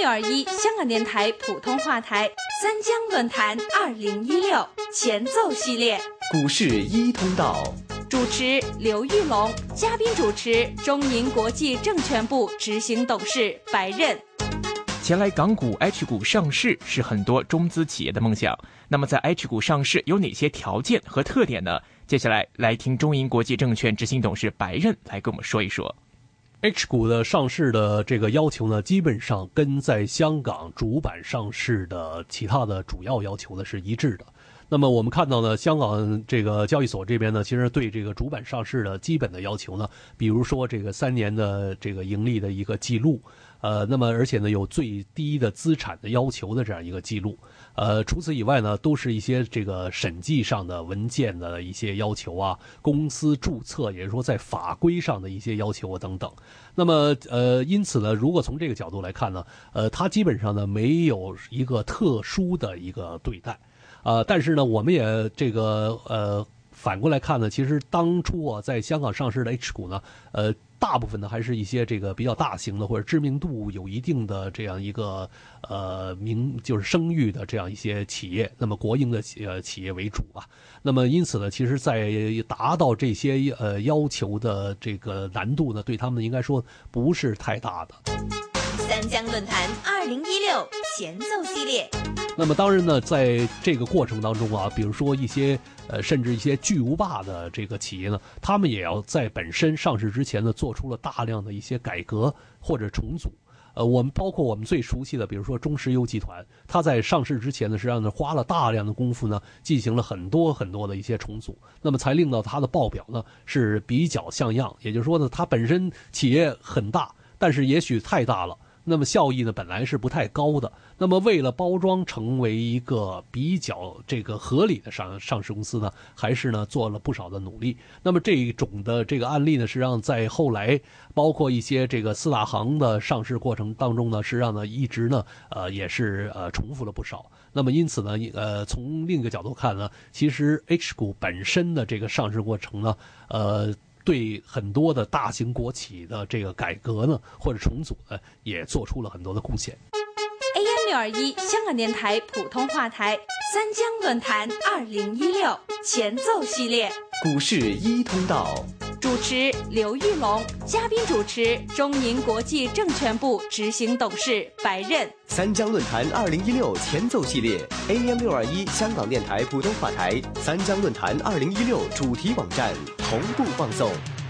AM621香港电台普通话台三江论坛2016前奏系列， 股市一通道， 主持刘玉龙，嘉宾主持中银国际证券部执行董事白刃。 前来港股 H 股上市是很多中资企业的梦想，那么在 H 股上市有哪些条件和特点呢？接下来听中银国际证券执行董事白刃来跟我们说一说。 H 股的上市的这个要求呢，基本上跟在香港主板上市的其他的主要要求呢是一致的。那么我们看到呢，香港这个交易所这边呢，其实对这个主板上市的基本的要求呢，比如说这个3年的这个盈利的一个记录，那么而且呢有最低的资产的要求的这样一个记录，除此以外呢，都是一些这个审计上的文件的一些要求啊，公司注册，也就是说在法规上的一些要求啊等等。那么因此呢，如果从这个角度来看呢，它基本上呢没有一个特殊的一个对待。但是呢，我们也这个反过来看呢，其实当初啊在香港上市的 H 股呢，大部分呢还是一些这个比较大型的或者知名度有一定的这样一个就是声誉的这样一些企业，那么国营的企业为主啊。那么因此呢，其实在达到这些要求的这个难度呢，对他们应该说不是太大的。 三江论坛2016前奏系列。 那么当然呢，在这个过程当中啊，比如说一些甚至一些巨无霸的这个企业呢，他们也要在本身上市之前呢，做出了大量的一些改革或者重组。包括我们最熟悉的，比如说中石油集团，它在上市之前呢，实际上呢花了大量的功夫呢，进行了很多的一些重组，那么才令到它的报表呢是比较像样。也就是说呢，它本身企业很大，但是也许太大了。那么效益呢本来是不太高的，那么为了包装成为一个比较这个合理的上市公司呢，还是呢做了不少的努力。那么这种的这个案例呢，实际上在后来包括一些这个四大行的上市过程当中呢，实际上呢一直呢也是重复了不少。那么因此呢从另一个角度看呢，其实 H 股本身的这个上市过程呢对很多的大型国企的这个改革呢，或者重组呢，也做出了很多的贡献。 AM621香港电台普通话台三江论坛2016前奏系列， 股市一通道， 主持刘玉龙，嘉宾主持中银国际证券部执行董事白刃。 三江论坛2016前奏系列 AM621香港电台普通话台三江论坛2016主题网站同步放送。